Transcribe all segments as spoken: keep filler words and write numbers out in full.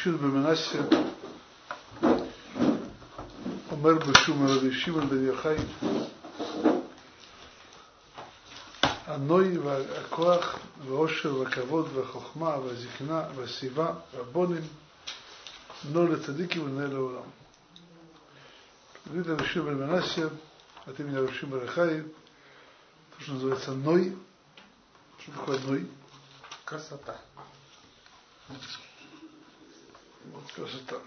Рашид бен Менассе, אומר בשום רבי שמעון בן יוחאי, הנוי והכוח והעושר והכבוד והחוכמה והזקנה והשיבה והבונים נו לצדיקים ונהל לעולם. Говорит Рашид бен Менассе от имени Раши Барахаи, то, что называется ной. Что такое ной? Красота. Вот красота.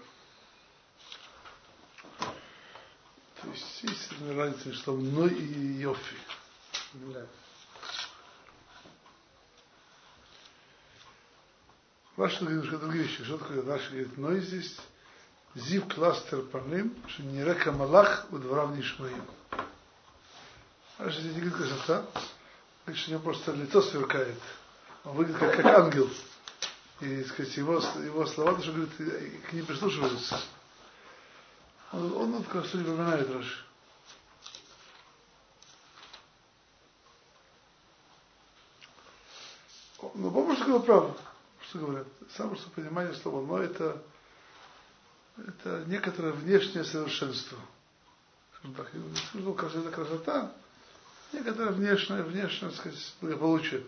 То есть есть разница между словом ной и йофи. Да. Раши говорит немножко другие вещи. Что такое Раши говорит ной здесь? Зив кластер паним, что не река малах у дворам нишмаим. Раши здесь не говорит красота. Говорит, что у него просто лицо сверкает. Он выглядит как, как ангел. И, так сказать, его, его слова, то, что говорит, к ним прислушиваются. Он, он вот как что-нибудь напоминает Раши. Но по-моему, говорил правду. Что говорят? Самое что понимание слова но это, это некоторое внешнее совершенство. Скажем так, ну, это красота, некоторое внешнее, внешнее, так сказать, благополучие.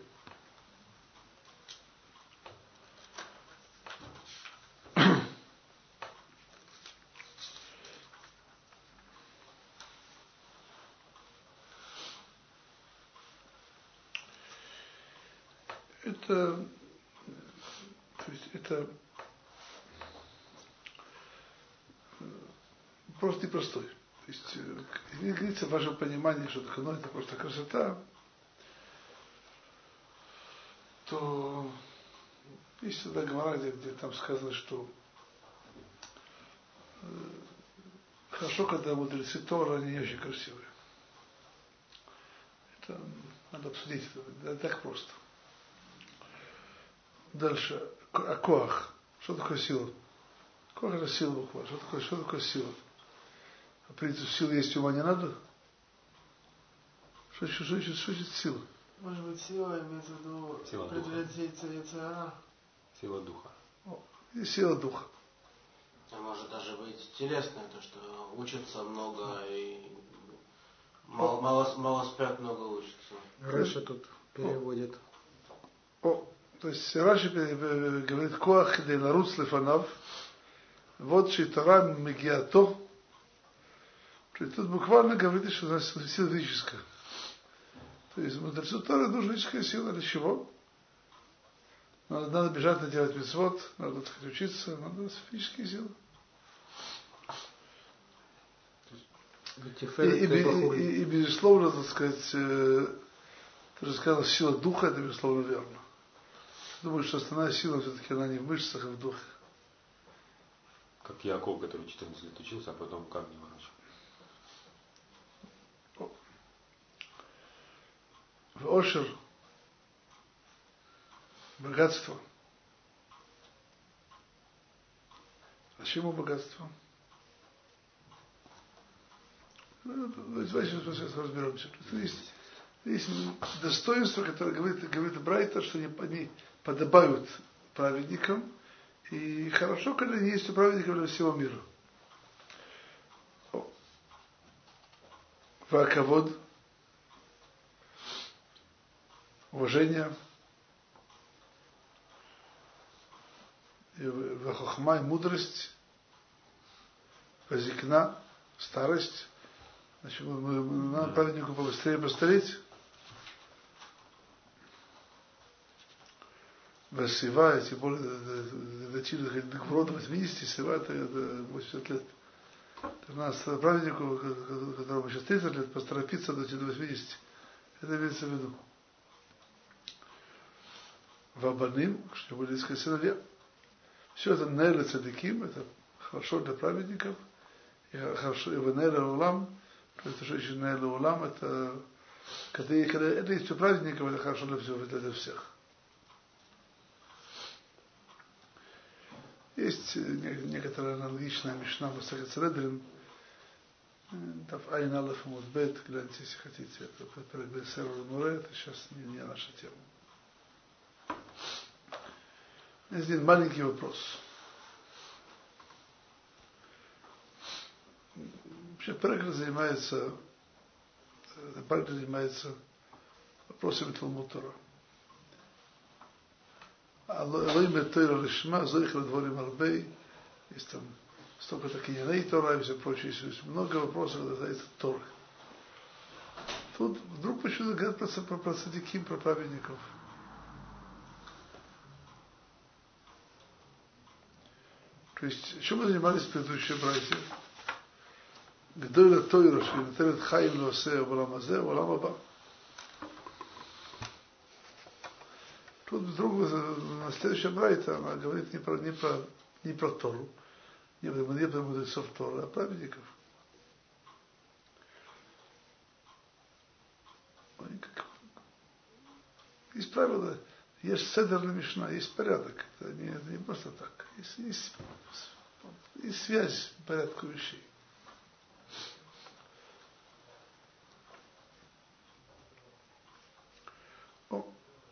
Это, то есть это просто непростой. То есть, не говорится в вашем понимании, что такое, ну, это просто красота, то есть всегда Гемара, где, где там сказано, что э, хорошо, когда мудрецы Тора, они очень красивые. Это надо обсудить, это, это так просто. Дальше, а коах. Что такое сила? Коах это сила буквально. Что такое, что такое сила? А принцип силы есть, ума не надо? Что еще, что еще, что еще сила? Может быть, сила имеется в виду предвидетель яцера? Сила духа. О, и сила духа. А может даже быть телесное, то, что учатся много и мало, мало, мало спят, много учатся. Раша тут переводит. О, то есть Раши говорит, коах де наруц лефанав, вот шейтара мегиато. Тут буквально говорит, что у нас сила физическая. То есть мудрецу Торы нужна физическая сила. Для чего? Надо, надо бежать, надо делать мицвот, надо, так сказать, учиться, надо физические силы. И, и, и, и, и безусловно, так сказать, э, ты же сказал, сила духа, это безусловно верно. Думаю, что основная сила все-таки она не в мышцах, а в духе. Как Яков, который четырнадцать лет учился, а потом камни ворочал. В Ошер богатство. А чему богатство? Ну, давайте сейчас разберемся. Есть, есть достоинства, которые говорит, говорит Брайта, что они, они подобают праведникам, и хорошо, когда они есть у праведников для всего мира. Ваковод, уважение, вахохма и мудрость, вазикна, старость. Значит, надо праведнику побыстрее постареть. Сива, тем более дойти до гврода восьмидесяти, сива это восемьдесят лет. У нас праведнику, которому сейчас тридцать лет, посторопиться дойти до восьмидесяти. Это имеется в виду. Вабаним, что были сказать сыновья. Все это нейла цадиким, это хорошо для праведников. И хорошо, и в нейла улам, это что еще нейла улам, это когда, когда это есть у праведников, это хорошо для всех, для всех. Есть некоторая аналогичная мишна Масахет Санедрин, там Айн Алеф Мудбет, гляньте, если хотите, это Бесер Муре, это сейчас не, не наша тема. Есть один маленький вопрос. Вообще Перек занимается, Перек занимается вопросами Талмуд Тора. Алоим летойра лишма, зоих ледворим арбей, есть там столько таких иней Тора и все прочее, есть много вопросов, когда касается Торы. Тут вдруг почему-то говорят про, про, про цадиким, про праведников. То есть, чем мы занимались предыдущие братья? Гдойла Тойра, Швинателет Хаим Лосе, Валамазе, Валамаба. Тут вдруг на следующая братья, она говорит не про, не про, не про Тору, не про, не про мудрецов Торы, а праведников. Есть правила, есть седер на Мишна, есть порядок. Это не, это не просто так. Есть, есть, есть связь порядка вещей. О.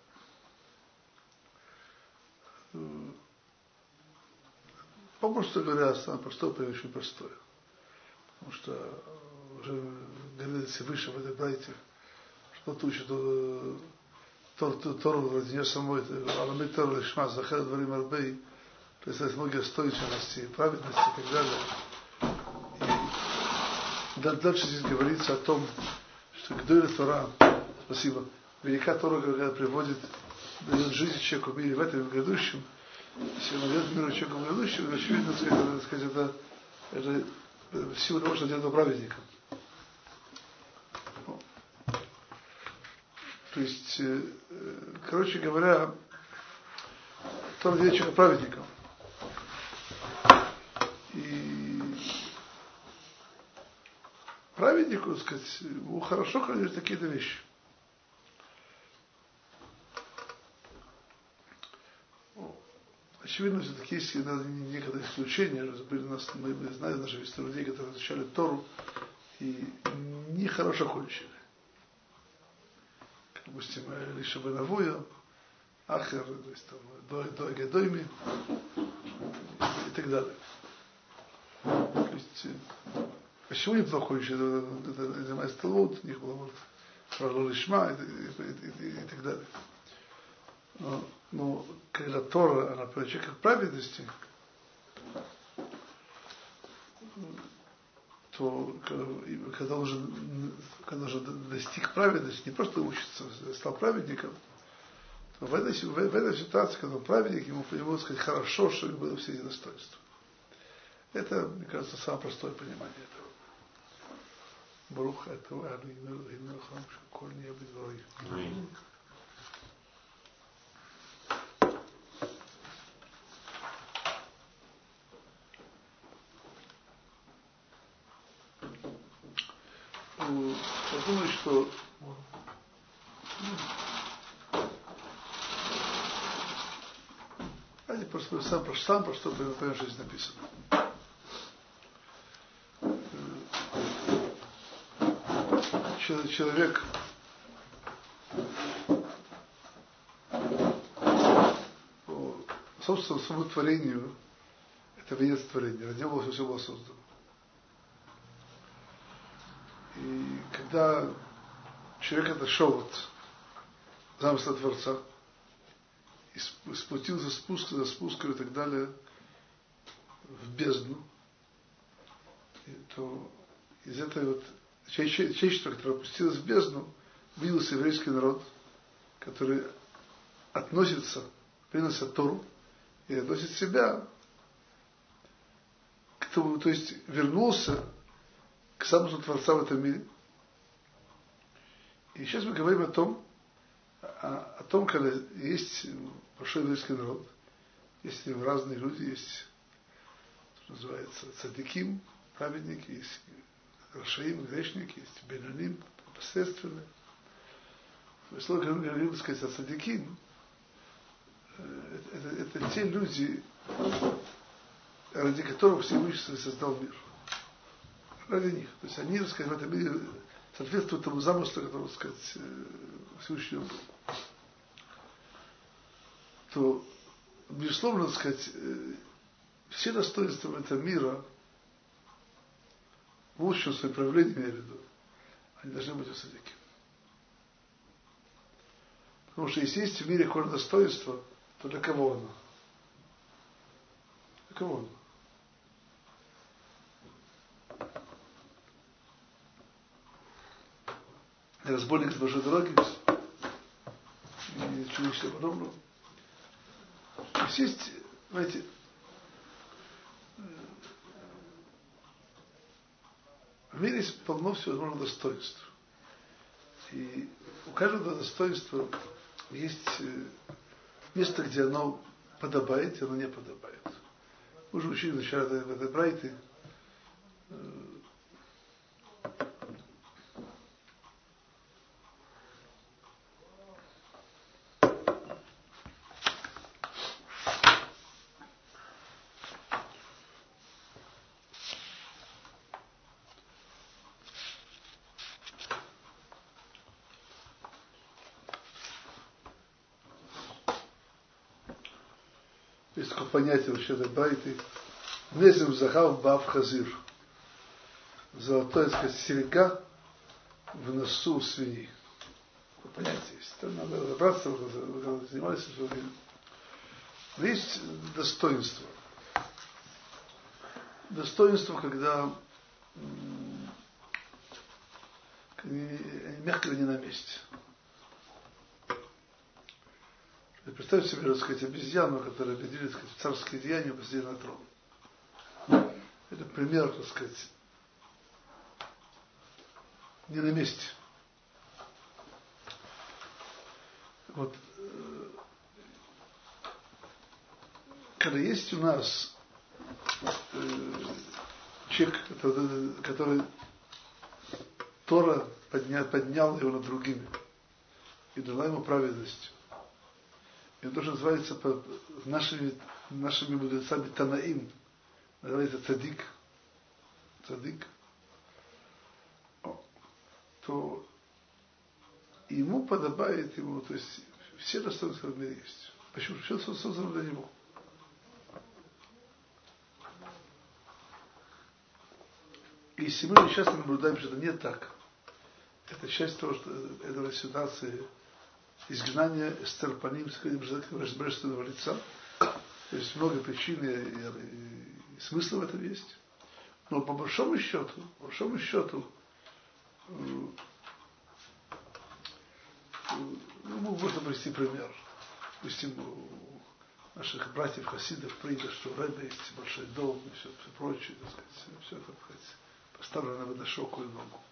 По-простому говоря, самое простое, это очень простое. Потому что уже говорится выше в этой братье, что тут учат Тору ради нее самой, Аламей Тору Лишма, Захар Дворим Арбей, то есть это многие стойчивости, праведности и так далее. И дальше здесь говорится о том, что Гдойла Тора, спасибо, велика Тора, когда приводит, дает жизнь человеку в мире, в этом и в грядущем, если он дает миру человеку в грядущем, очевидно, так сказать, это, это сила того, что делает его праведником. То есть, короче говоря, Тора делает человека праведником. И праведнику, так сказать, ему хорошо, когда делают такие-то вещи. Очевидно, все-таки есть некоторые исключения. Были у нас, мы знаем даже из людей, которые изучали Тору, и нехорошо кончили. Допустим, Лиша бен Авуя, Ахер, то есть там, Доэге Дойми и так далее. То есть, почему не плохо еще, это занимается Талмуд, у них было вот Фрало Лишма и, и, и, и так далее. Но, но когда Тора, она приводит к праведности, то когда он уже, когда уже достиг праведности, не просто учится, стал праведником, то в этой, в, в этой ситуации, когда он праведник, ему, ему сказать, хорошо, что ему было все эти достоинства. Это, мне кажется, самое простое понимание этого. Барух этого, Алину, Алину, Хам, Шаколь, не обидворы. Я думаю, что давайте просто сам, сам про что понимаем, что здесь написано. Человек по собственному своему творению, это венец творения, ради него все было создано. И когда человек отошел от замысла Творца и спустился спуск за спуском и так далее в бездну, то из этой вот человечества, которое опустилось в бездну, виделся еврейский народ, который относится, приносит Тору и относит себя к тому, то есть вернулся к самому Творца в этом мире. И сейчас мы говорим о том, о, о том, когда есть большой еврейский народ, есть разные люди, есть, что называется, цадиким, праведники, есть рашаим, грешники, есть беноним, посредственные. Если мы говорим, так сказать, о цадиким, это, это, это те люди, ради которых Всевышний создал мир. Ради них. То есть они, так сказать, в этом мире соответствуют тому замыслу, который, так сказать, Всевышний был. То, безусловно, так сказать, все достоинства этого мира в лучшем своем проявлении, имею в виду, они должны быть у цадиким. Потому что если есть в мире какое-то достоинство, то для кого оно? Для кого оно? Разбойник с большой дороги и чего-то подобного. То есть есть, знаете, в мире есть полно всевозможных достоинств. И у каждого достоинства есть место, где оно подобает, и оно не подобает. Мы уже учили вначале в этой брайте, есть такое понятие вообще этой брайты. Незем захав бав хазир. Золотое, так сказать, серьга в носу свиньи. Такое понятие есть. Там надо разобраться, вы занимались в свое время. Но есть достоинство. Достоинство, когда они мягко не на месте. Представьте себе, так сказать, обезьяну, которая определили, так сказать, царские деяния, посадили на трон. Это пример, так сказать, не на месте. Вот, когда есть у нас э, человек, который, который Тора поднял, поднял его над другими и дала ему праведность. И он тоже называется по нашими, нашими мудрецами Танаим. Называется цадик. Цадик. То ему подобает ему, то есть все достоинства в мире есть. Почему? Все создано для него. И если мы сейчас наблюдаем, что это не так, это часть того, что этой ситуации изгнания стерпаним, божественного лица. То есть много причин и, и, и смысла в этом есть. Но по большому счету, по большому счету, ну, можно привести пример. Допустим, у наших братьев хасидов принято, что у Рэбе есть большой дом и все, все прочее, так сказать, все, все это, так сказать, поставлено на водошоку и ногу.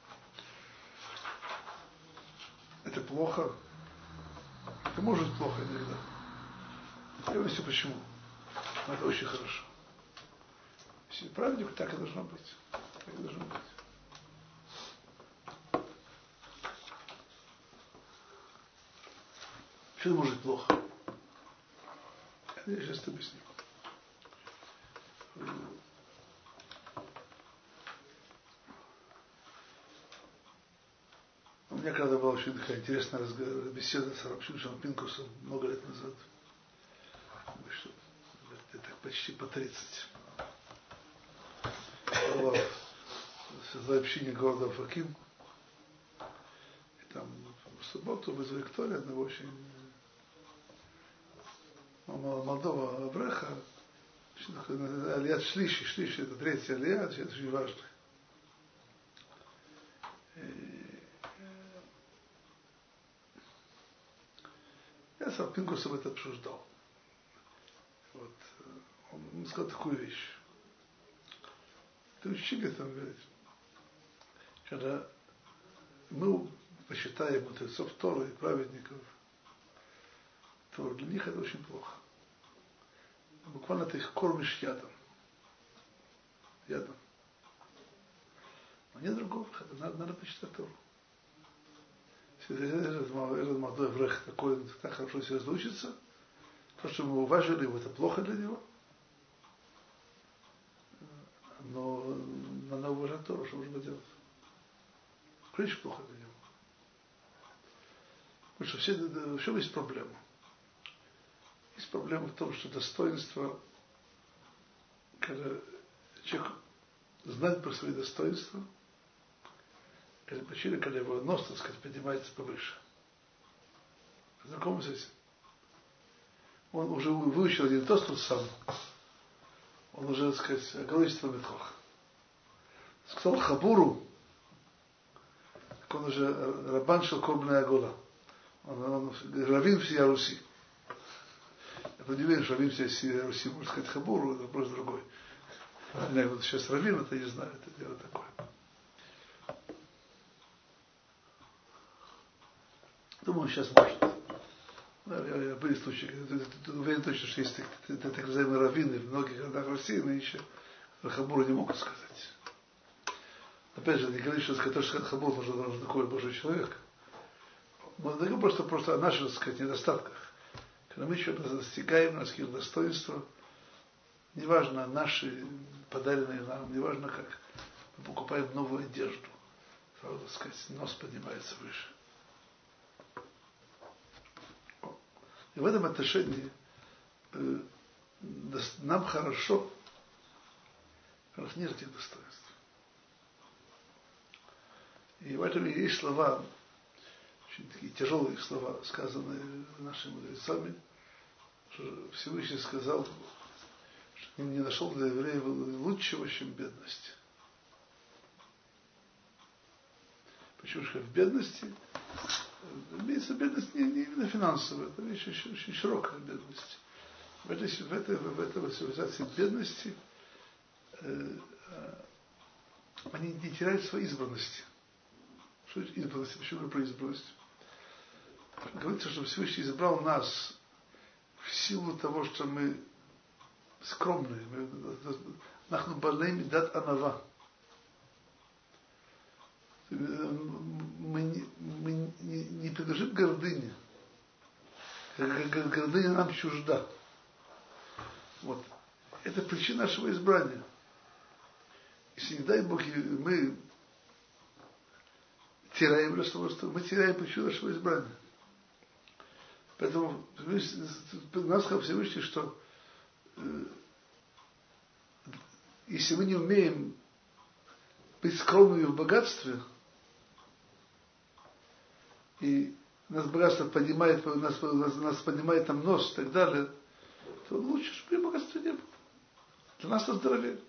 Это плохо. Это может быть плохо иногда. Я объясню почему. Но это очень хорошо. Если правильно, так и должно быть. Так и должно быть. Что может быть плохо? Это я сейчас объясню. У меня когда была очень такая интересная беседа с Рабшимшем Пинкусом много лет назад. Что, это почти по тридцать. Была в общине города Факим. И там в субботу вызвали Виктория, одного очень молодого Абреха. Алият Шлиши. Шлиши это третья алият, это очень важно. Я с Пинкусом это обсуждал. Вот. Он сказал такую вещь. Ты учили там, говорит, когда мы посчитаем мудрецов Торы и праведников, то для них это очень плохо. Буквально ты их кормишь ядом. Ядом. Но нет другого выхода. Надо, надо почитать Тору. Если этот молодой Аврех такой, так хорошо себя разучится, то, что мы уважили его, это плохо для него. Но надо уважать Тору, что можно делать. Конечно, плохо для него. Потому что все, в чем есть проблема? Есть проблема в том, что достоинство, когда человек знает про свои достоинства, Это причина, когда его нос, так сказать, поднимается повыше. Знакомы с этим? Он уже выучил один тост тот сам. Он уже, так сказать, оголосит в метрах. Сказал Хабуру, так он уже Рабан Шелкорбная Агола. Он, он раввин всей Руси. Я не уверен, что раввин всей Руси, можно сказать, Хабуру, это вопрос другой. Не знаю, вот сейчас раввин, это не знаю, это дело такое. Думаю, он сейчас может. Да, я, я были случаи, я уверен точно, что есть так, так, так называемые раввины в многих городах России, но еще Хабуру не могут сказать. Опять же, не говорит, что сказать, что Хабур нужен, нужен такой Божий человек. Мы говорим просто, просто о наших, так сказать, недостатках. Когда мы еще достигаем нас каких достоинств, неважно наши подаренные нам, неважно как, мы покупаем новую одежду, сразу, так сказать, нос поднимается выше. И в этом отношении э, нам хорошо, у нас нет этих достоинств. И в этом и есть слова, очень такие тяжелые слова, сказанные нашими мудрецами, что Всевышний сказал, что не нашел для евреев лучшего, чем бедность. Почему же в бедности, имеется бедность не, не именно финансовая, это вещь очень, очень широкая бедность. В этой, в этой, в этой цивилизации бедности э, э, они не теряют своей избранности. Что это избранность? Почему про избранность? Говорится, что Всевышний избрал нас в силу того, что мы скромные. Нахну балейми дат анава. Мы не, мы не, не принадлежим гордыне. Гордыня нам чужда. Вот. Это причина нашего избрания. Если, не дай Бог, мы теряем достоинство, мы теряем причину нашего избрания. Поэтому нас сказал Всевышний, что э, если мы не умеем быть скромными в богатстве, и нас богатство поднимает, нас, нас, нас поднимает там нос и так далее, то лучше, чтобы и богатства не было. Для нас это здоровее.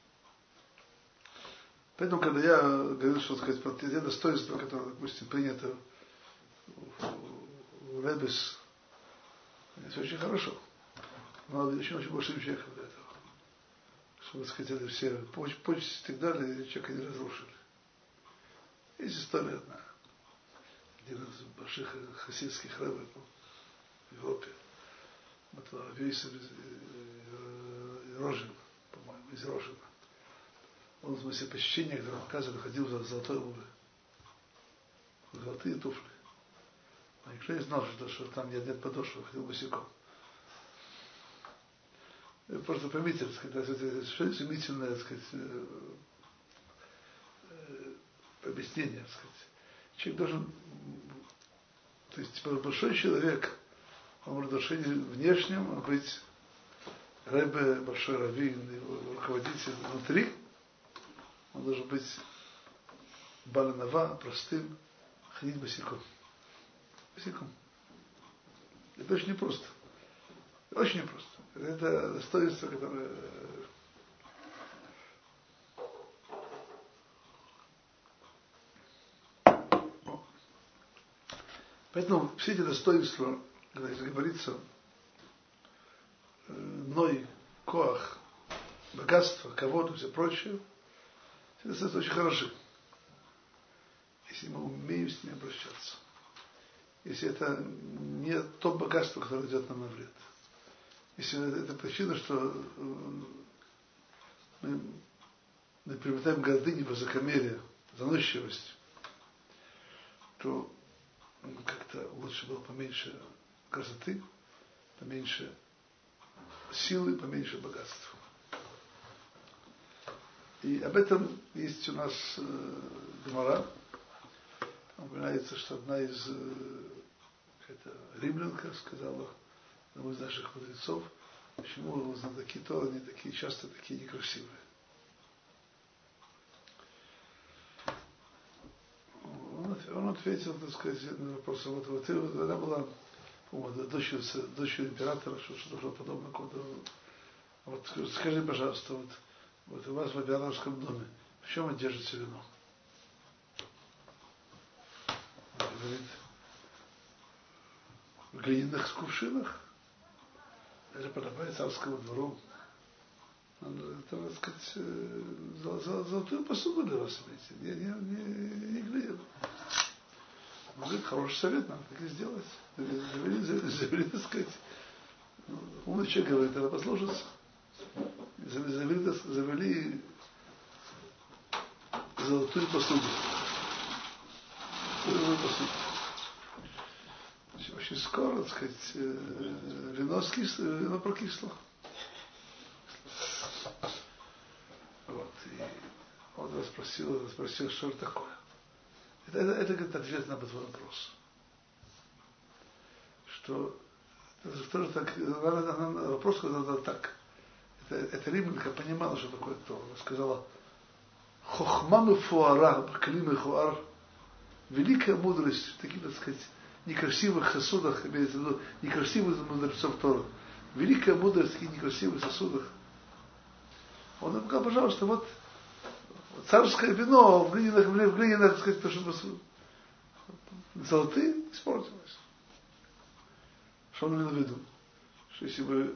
Поэтому, когда я говорил, что, сказать, про те достоинства, которые, допустим, приняты в Ребес, это очень хорошо. Но надо быть очень-очень большим человеком для этого. Чтобы, так сказать, это все почести и так далее, человека не разрушили. Есть история одна. Один из больших хасидских рэббов в Европе. Это Авейсов из Рожина, по-моему, из Рожина. Он, в смысле, посещение, которое показывали, ходил в золотой обуви. Золотые туфли. Но никто не знал, что, что там нет, нет подошвы, ходил босиком. Вы просто поймите, так сказать, это совершенно изумительное, так сказать, э, э, объяснение, так сказать. Человек должен, то есть, типа, большой человек, он может в отношении внешнем быть рэбе, большой раввин, руководитель внутри, он должен быть баланава, простым, ходить босиком. Босиком. Это очень непросто. Очень непросто. Это достоинство, которое... Поэтому все эти достоинства, когда здесь говорится, ной, коах, богатство, ковод и все прочее, все достоинства очень хороши. Если мы умеем с ними обращаться. Если это не то богатство, которое идет нам на вред. Если это, это причина, что мы, мы приобретаем гордыню, высокомерие, заносчивость, то как-то лучше было поменьше красоты, поменьше силы, поменьше богатства. И об этом есть у нас э, Гемара. Упоминается, что одна из э, римлянка сказала одному из наших мудрецов, почему знатоки Торы они такие часто такие некрасивые. он ответил, так сказать, на вопрос, вот, вот, вот она была, по-моему, дочерью, дочерью императора, что-то, что подобное. Вот скажи, пожалуйста, вот, вот у вас в императорском доме, в чем он держится вино? Он говорит, в глиняных кувшинах. Это подобает царскому двору. Это, так сказать, золотую посуду для вас имеете, не, не, не, не глиняную. Он говорит, хороший совет, надо так и сделать. Завели, завели, завели, так сказать. Ну, умный человек говорит, надо послушаться. Завели, завели, завели золотую посуду. Золотую посуду. Очень скоро, так сказать, вино, скисло, вино прокисло. Вот. И он спросил, спросил, что это такое. Это, это, это говорит, ответ на этот вопрос. Что это тоже так, вопрос, когда это так. Это, это римлянка понимала, что такое то. Она сказала, хохману фуара, климы хуар, великая мудрость, такие, так сказать, некрасивых сосудах, имеется в виду, некрасивых мудрецов Тора. Великая мудрость в таких некрасивых сосудах. Он им сказал, пожалуйста, вот царское вино в глиняных, в глиняных, так сказать, потому что золотые испортилось. Что он имел в виду? Что если бы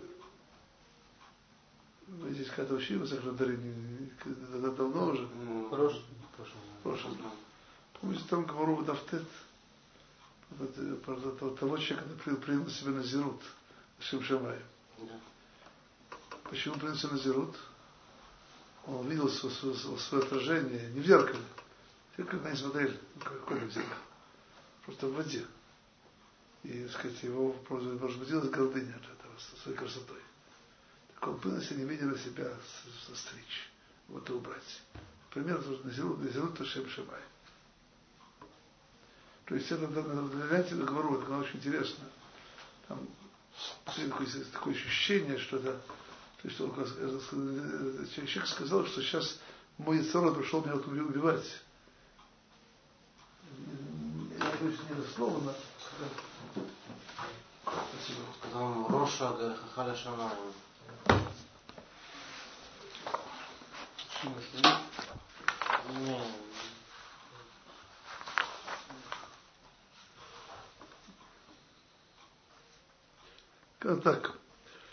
мы здесь когда-то учились, как на давно уже. Прошлый. Прошлый. Помните, там говорю в Дафтет, про того человека, который принял на себя назирут, Шим Шамай. Почему принял себя назирут? Он видел свое, свое, свое отражение не в зеркале. Зеркало не смотрели. Какое зеркало? Просто в воде. И, так сказать, его возбудилась гордыня от этого, своей красотой. Так он принялся немедленно себя состричь. Вот и убрать. Пример тоже назирут Шим Шамай. То есть это, гляньте, я говорю, это очень интересно. Там такое, такое ощущение, что это, то есть он, человек сказал, что сейчас мой яцер пришел меня убивать. Я говорю, не дословно. Спасибо. Сказал Роша Хахаля Шамай. Нет. Так.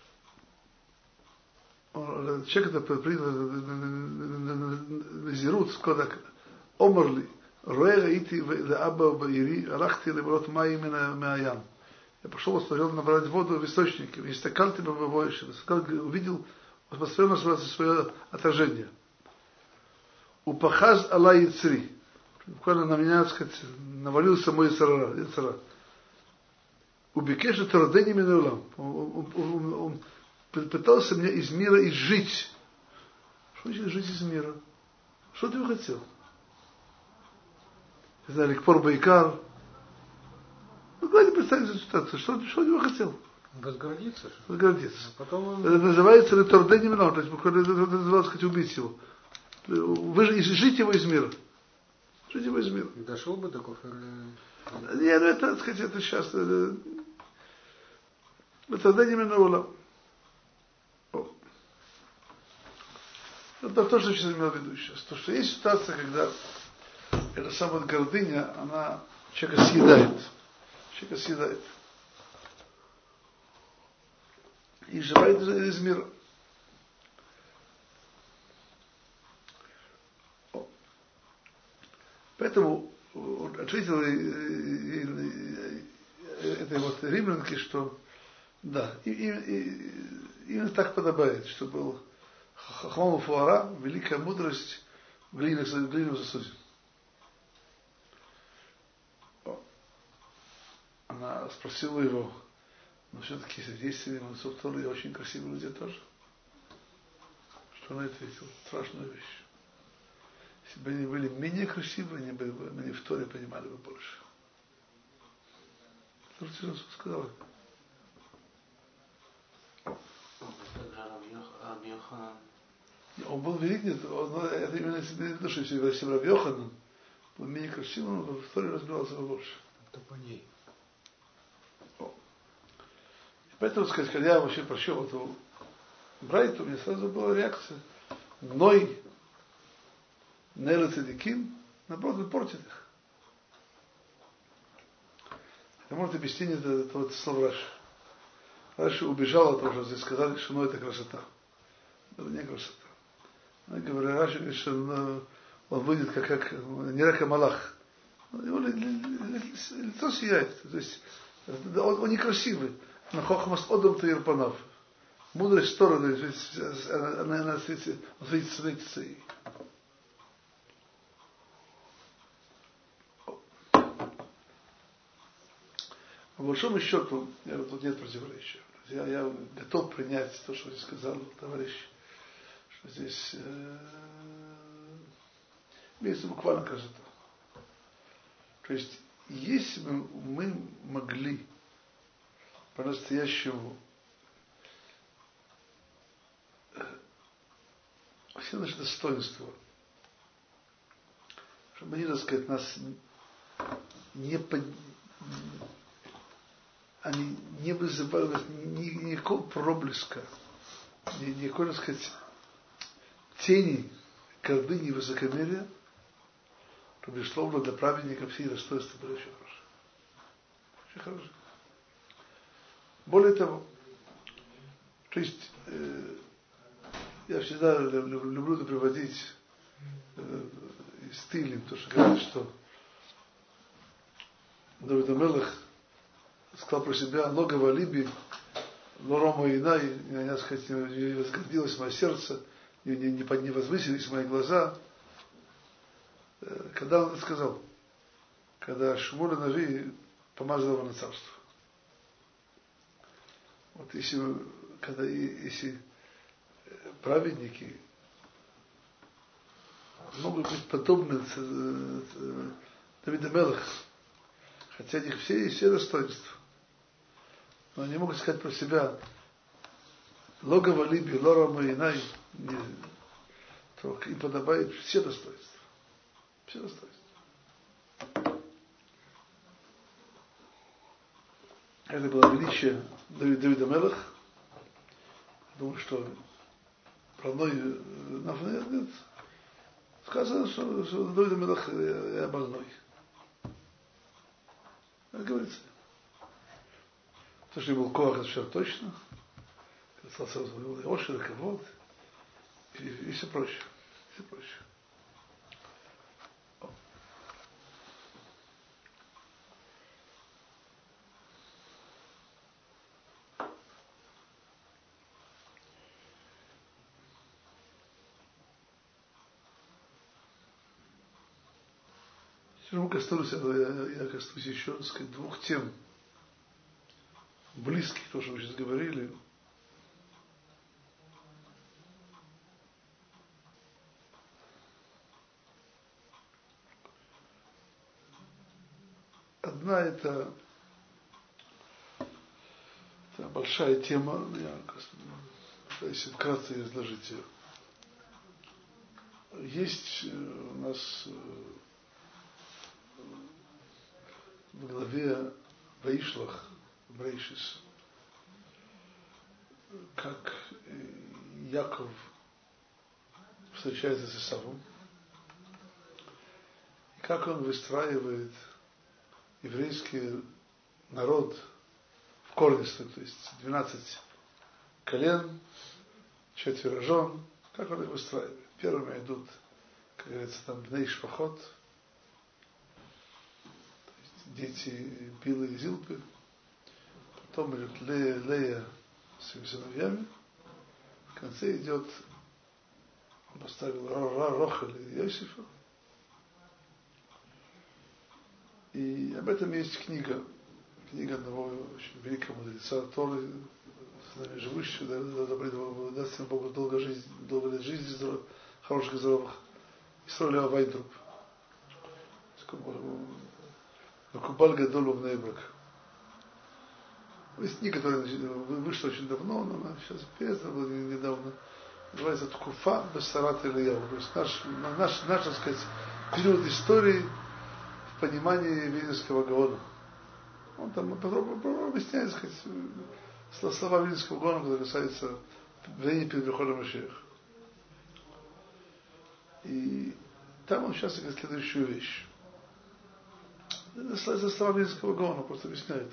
Человек это принял назирут, сказал так, омарли, роэга ити леаба баири, рахти леброт май именно маян. Я пошел, посмотрел набрать воду в источнике, и стаканты побываешь, увидел, посмотрел на свое отражение. Упахаз алла яцри. Буквально на меня, так сказать, навалился мой яцера. Убекеш это родение минулам. Он пытался меня из мира изжить. Что значит жить из мира? Что ты хотел? Не знаю, Ликпор Байкар. Ну, давайте представим эту ситуацию. Что, что ты хотел? Возгордиться. Возгордиться. А потом он... Это называется ретардение минулам. То есть, это называется, хоть убить его. Вы жить его из мира. Жить его из мира. Дошел бы до кофе. Нет, ну это, так сказать, это сейчас. Это да именно улам. Это то, что я сейчас имел в виду сейчас. То, что есть ситуация, когда эта самая гордыня, она человека съедает. Человека съедает. И желает из мира. Поэтому ответил этой вот римлянке, что да, и, и, и, именно так подобает, что был хахмам фуара, великая мудрость в глиняном сосуде. Она спросила его, но все-таки здесь среди мудрецов Торы очень красивые люди тоже. Что он ответил? Страшную вещь. Если бы они были менее красивые, они бы они в Торе понимали бы больше. Что же он сказал? Он был велик, нет, он, это именно, что если Рав Йоханан был менее красивым, но в истории разбирался больше. Это по ней. Поэтому, сказать, когда я вообще прочел эту Брайту, у меня сразу была реакция. Ной Неле Цадиким, наоборот, портит их. Это может объяснить это, это вот слово Раши. Раши убежал от того, что здесь сказали, что Ной это красота. Это не красота. Я говорю, Раши говорит, что он, он выйдет как, как не рака Малах. Его лицо сияет. То есть он, он некрасивый. Но хохмас одам таирпанав. Мудрость стороны, она на свете, светится ей. По большому счету, я, тут нет противоречия. Я, я готов принять то, что здесь сказал товарищ, что здесь э, имеется буквально красота. То есть, если бы мы могли по-настоящему все наши достоинства, чтобы они, так сказать, нас не под... они не вызывали ни, никакого проблеска, ни, никакой, так сказать, тени гордыни и высокомерия, то, безусловно, для праведников все достоинства были очень хорошие. Очень хорошие. Более того, то есть, э, я всегда люблю, люблю это приводить э, из Тилим, то, что говорят, что Давид ха-Мелех сказал про себя: «Логова либи, лорома инай», я, так сказать, не возгордилось мое сердце, не, не, не возвысились мои глаза. Когда он это сказал? Когда Шмуэль Нави помазал его на царство. Вот если, когда, если праведники могут быть подобны Давиду ха-Мелеху, хотя у них все есть все достоинства, но они могут сказать про себя: «Логова либи, лорома инай», то им подобает все достоинства. Все достоинства. Это было величие Давида ха-Мелеха. Думаю, что про мной нет. Сказано, что, что Давид ха-Мелех я, я больной. Как говорится. То, что был Коах, это все точно. Остался Ошер, Кавод. И, и все прочее. Все прочее. Сейчас мы коснусь, я, я коснусь еще, так сказать, двух тем, близких, то, что мы сейчас говорили. Одна это, это большая тема, я если вкратце изложить ее. Есть у нас в главе Ваишлах, Брейшис, как Яков встречается с Исавом, и как он выстраивает еврейский народ в корне, то есть двенадцать колен, четверо жен, как он их выстраивает. Первыми идут, как говорится, там Бней Шпахот, дети Билы и Зилпы, потом идет Лея, Лея с своими сыновьями, в конце идет, он поставил Рохель и Йосифа, и об этом есть книга, книга одного очень великого мудреца Торы, с нами живущего, да, да, да, даст ему Богу долго жизнь, долго лет жизни, здоров, хороших и здоровых, Исроэль Вайнтруп. Кубаль Гадолу в Нейбрак. Есть книга, которая вышла очень давно, но она сейчас перестала была недавно. Называется Ткуфа Бессарат Ильяу. То есть наш, наш, наш, так сказать, период истории в понимании Вильнюсского Гаона. Он там подробно объясняет, так сказать, слова Вильнюсского Гаона, которые касаются времени перед приходом Машиаха. И там он сейчас говорит следующую вещь. Это слова Вильнюсского Гаона просто объясняет,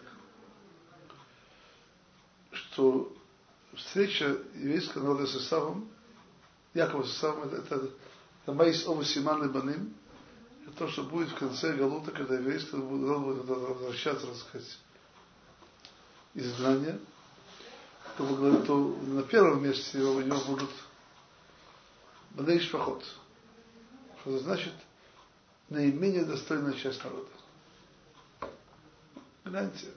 что встреча еврейского народа с Исавом, Якова с Исавом, это, это, это Маис Ову Симан и Баним, это то, что будет в конце Галута, когда еврейский народ будет возвращаться, так сказать, из изгнания, то, то на первом месте его, у него будут Баней Шпахот, что это значит наименее достойная часть народа. Гляньте.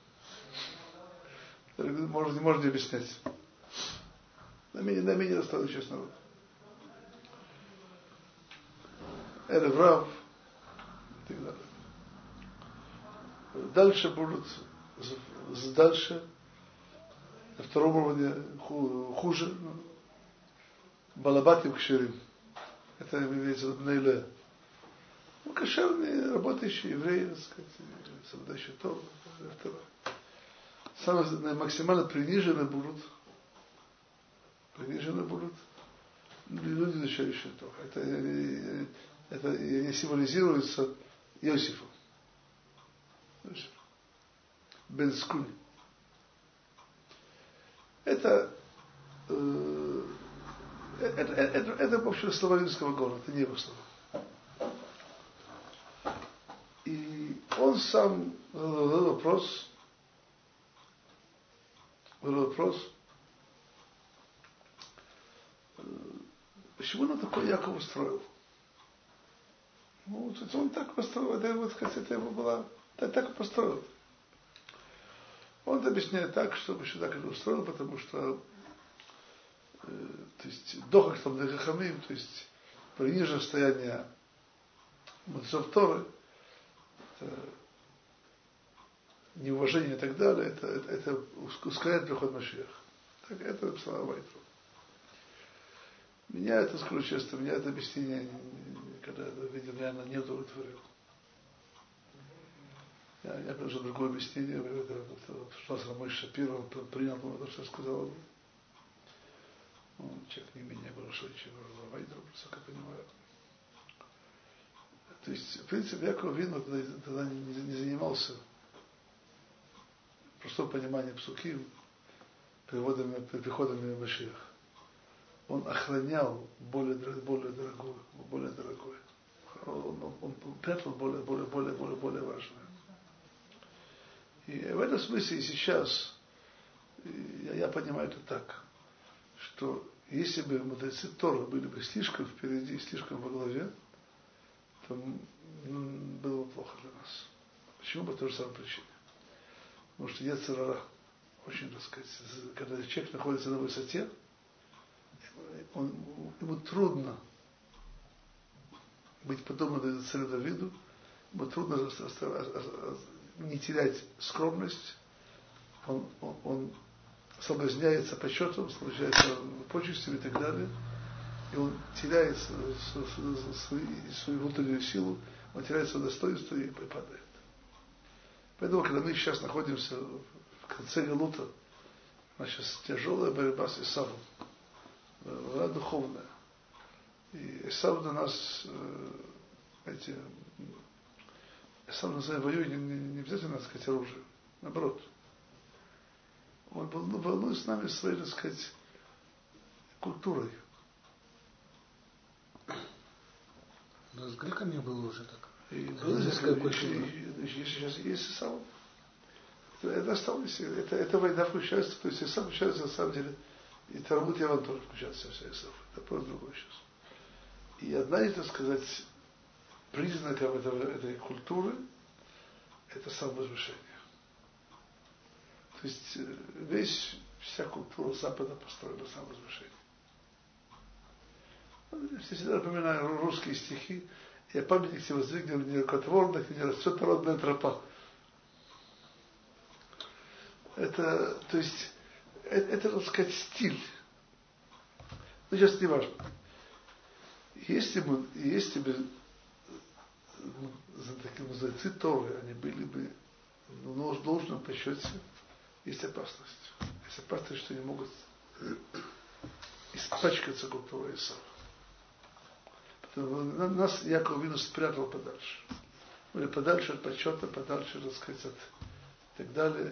Можно, не можно объяснять. Наименее, наименее достойная часть народа. Эрев Рав и так далее. Дальше будут, дальше, на втором уровне хуже, Балабатим Кширим. Это имеется в виду Нейле. Ну, кошерные, работающие евреи, так сказать, соблюдающие Тору. Самые максимально принижены будут, принижены будут люди, изучающие Тору. Это, это не символизируется Иосифом. Бен Скуни. Это, э, это, это, это вообще слова Вильнюсского Гаона, это не его слова. И он сам задал вопрос, задал вопрос, почему он такой Яков устроил? Ну, он так построил, это, вот, сказать, это его было, так, так построил. Он объясняет так, чтобы еще так это устроил, потому что э, то есть, до как там до Хахамим, то есть приниженное состояние мудрецов Торы, это неуважение и так далее, это, это, это ускоряет приход Машиаха. Так это слова Вайтру. Меня это, скажу честно, меня это объяснение, когда я видел, реально не удовлетворило. Я, я предложил другое объяснение, это, это, что мой Шапир, он принял то, что я сказал. Он человек не менее большой, чем Вайтру, насколько я понимаю. То есть, в принципе, Яков Вину тогда, тогда не, не занимался простым пониманием псуким, приходами, приходами Машиаха. Он охранял более, более дорогое, более дорогое. Он, он, он прятал более, более, более, более, более важное. И в этом смысле и сейчас я, я понимаю это так, что если бы мудрецы Торы были бы слишком впереди, слишком во главе, то было бы плохо для нас. Почему? По той же самой причине. Потому что Йецер ара очень, так сказать, когда человек находится на высоте, он, ему трудно быть подобным царю Давиду, ему трудно не терять скромность, он, он, он соблазняется почетом, соблазняется почестями и так далее, и он теряет свою, свою, свою внутреннюю силу, он теряет свое достоинство и падает. Поэтому, когда мы сейчас находимся в конце Галута, у нас сейчас тяжелая борьба с Исавом, она духовная. И Исав для нас, эти, Исав на своей воюет не, не обязательно, так сказать, оружие, наоборот. Он волнует с нами своей, так сказать, культурой. Но с греками было уже так. И, если сейчас есть Исав, это осталось, это, это война включается, то есть Исав включается на самом деле, и Талмуд Яван тоже включается вся Исав. Это просто другое сейчас. И одна из, так сказать, признаков этого, этой культуры это самовозвышение. То есть весь, вся культура Запада построена на самовозвышении. Я всегда напоминаю русские стихи. Я памятник себе воздвигнул не рукотворно, не растет народная тропа. Это, то есть, это, это, так сказать, стиль. Но сейчас не важно. Если бы, если бы за таким называется Торы, они были бы в должном почете, есть опасность. Есть опасность, что они могут испачкаться Торой Исава. Нас Яков Авину спрятал подальше. Или подальше от почета, подальше, так сказать, от и так далее.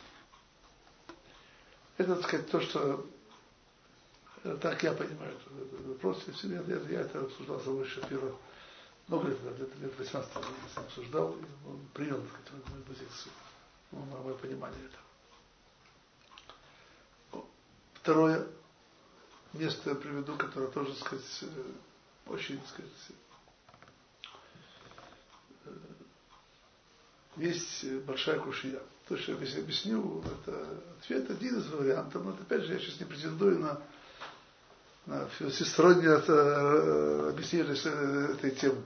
Это, так сказать, то, что так я понимаю этот вопрос. Я, я, я это обсуждал с Равой Шапиро много лет, лет, лет восемнадцать я обсуждал, и он принял, так сказать, мою позицию, мое понимание этого. Второе место я приведу, которое тоже, так сказать, очень, так сказать, есть большая кушия. То, что я здесь объясню, это ответ один из вариантов, но опять же я сейчас не претендую на, на всестороннее объяснение этой темы.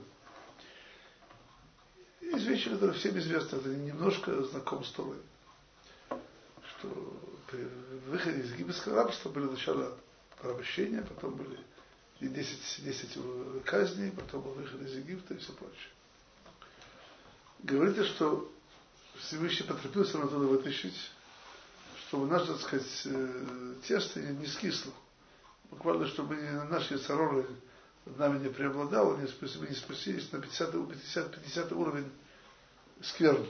Есть вещи, которые всем известны, это немножко знаком с Торой. Что при выходе из египетского рабства были начало порабощения, потом были десять, десять казней, потом был выход из Египта и все прочее. Говорится, что Всевышний поторопился на туда вытащить, чтобы наше, так сказать, тесто не скисло. Буквально, чтобы наши яцероры над нами не преобладало, мы не спустились на пятидесятый уровень скверны.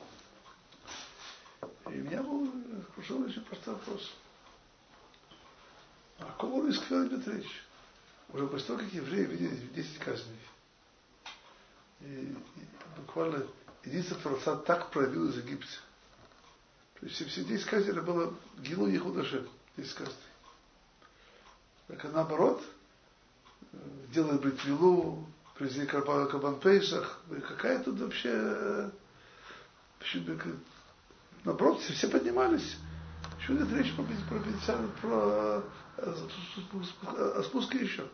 И меня был окружил очень простой вопрос. О каком уровне скверны идет речь? Уже после того, как евреи видели десять казней. И, и буквально единство Творца так проявил из Египта. То есть все десять казней это было гилу Ехудашем, десять казней. Так а наоборот, делали бритвилу, привезли Карбан Пейсах, какая тут вообще, наоборот, все поднимались. Еще идет речь про, про, про, про о спуске еще.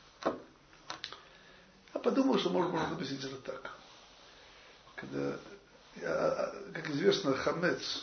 Я подумал, что можно, можно объяснить это так. Когда, как известно, хамец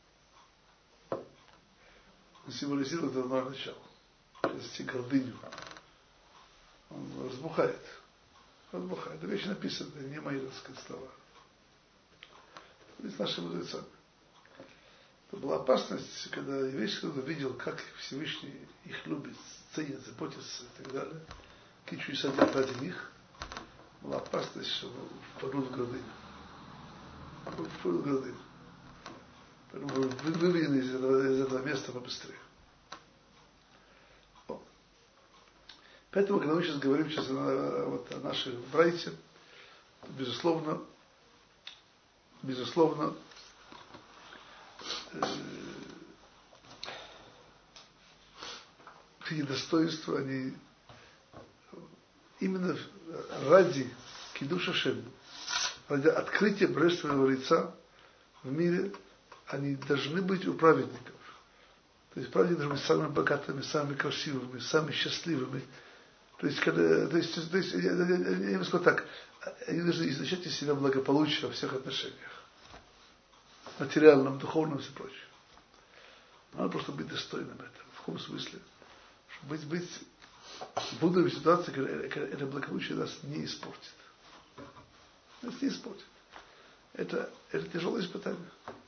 символизирует одно начало. Если гордыню. Он разбухает. Разбухает. Это вещи написаны, не мои, так сказать, слова. Это с нашими мудрецами. Это была опасность, когда еврейский народ видел, как Всевышний их любит, ценит, заботится и так далее. Какие чудеса делают ради них. Была опасность, что впадут в гордыню. Впадут в гордыню. Поэтому выведены из этого, из этого места побыстрее. О. Поэтому, когда мы сейчас говорим сейчас о, вот, о нашей брайте, безусловно, безусловно, э, такие достоинства, они именно ради кидуша Шем, ради открытия божественного лица в мире, они должны быть у праведников. То есть праведники должны быть самыми богатыми, самыми красивыми, самыми счастливыми. То есть, когда, то есть, то есть я, я, я, я скажу так, они должны изначать из себя благополучие во всех отношениях. Материальном, духовном и все прочее. Надо просто быть достойным этого. В каком смысле? Чтобы быть, быть будем в ситуации, когда, когда это благополучие нас не испортит. Нас не испортит. Это, это тяжелое испытание.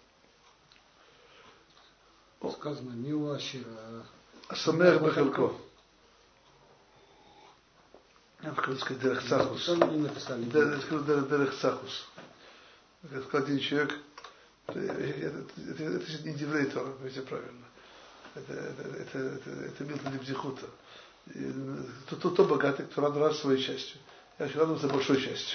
О. Сказано, не у Ашира. А самех бахалко. Я хочу сказать, Дерех Цахус. Я скажу Дерех Цахус. Как сказал один человек, это, это, это, это не еврей Тора, видите правильно. Это, это, это, это, это Милтон Бдихута. Кто, кто, кто богатый, кто рад рад своей частью. Я хочу радоваться большой частью.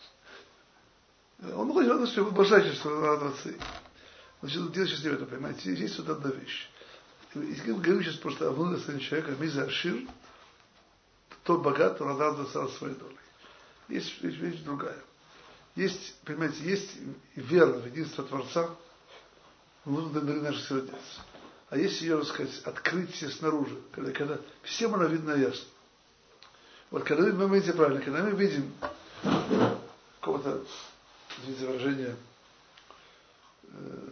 Он хочет радоваться большой частью, радоваться. Значит, дело сейчас не в этом, понимаете. Есть вот одна вещь. Если мы говорим сейчас просто о внутреннем человеке, Миза Ашир, тот богат, кто радовался своей долей. Есть вещь, вещь другая. Есть, понимаете, есть вера в единство Творца внутри наших сердец. А есть ее, так сказать, открытие снаружи, когда, когда всем оно видно ясно. Вот когда мы, мы видим правильно, когда мы видим какого-то, извините выражение, э,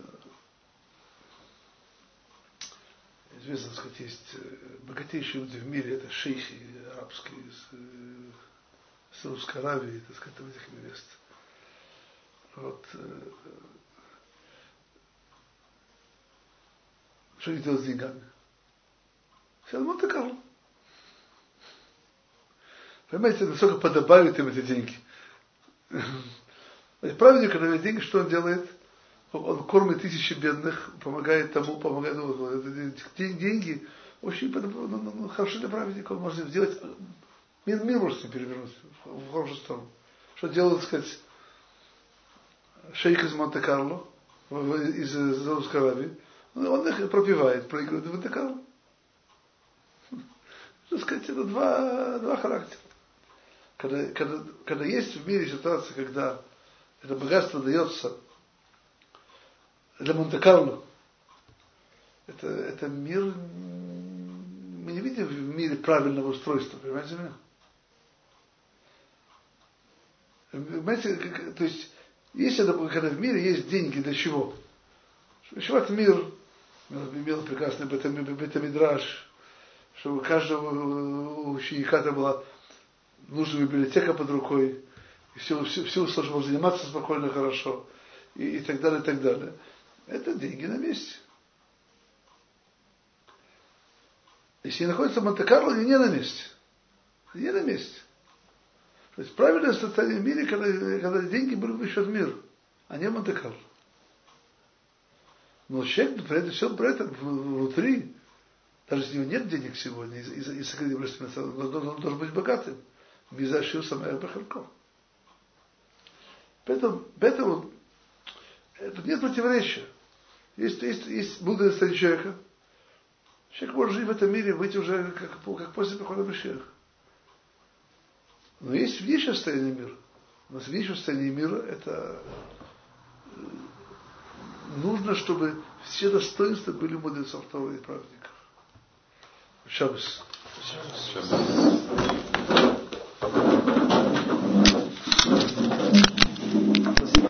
известно, так сказать, есть богатейшие люди в мире, это шейхи арабские, Саудовской Аравии, так сказать, этих невест. Вот. Что они делают с деньгами? Все Монте-Карло. Понимаете, насколько подобают им эти деньги. Праведник, когда имеет деньги, что он делает? Он кормит тысячи бедных, помогает тому, помогает тому. Деньги очень ну, ну, хороши для праведника. Он может сделать, мир, мир может себе перевернуть в хорошую сторону. Что делает, так сказать, шейх из Монте-Карло, из Саудовской Аравии? Он их пропивает, проигрывает в Монте-Карло. Так сказать, это два, два характера. Когда, когда, когда есть в мире ситуация, когда это богатство дается для Монте-Карло, это, это мир, мы не видим в мире правильного устройства, понимаете меня? Понимаете, как, то есть, если, когда в мире есть деньги, для чего? Шиват мир, имел прекрасный бета-мидраш, чтобы у каждого ученика была нужная библиотека под рукой, и все, все, все сложно заниматься спокойно, хорошо, и, и так далее, и так далее. Это деньги на месте. Если они находятся в Монте-Карло, они не на месте. Они не на месте. То есть правильное состояние в мире, когда, когда деньги были в счет мира, а не Монте-Карло. Но человек, при этом, все при этом внутри, даже если у него нет денег сегодня, из-за из, из, он должен быть богатым. Мизашил самая Бахарков. Поэтому, поэтому тут нет противоречия. Есть, есть, есть мудрое состояние человека. Человек может жить в этом мире, быть уже как, как после прихода Машиаха. Но есть внешнее состояние мира. У нас внешнее состояние мира это нужно, чтобы все достоинства были у мудрецов Торы и праведников. Шаббас. Шаббас.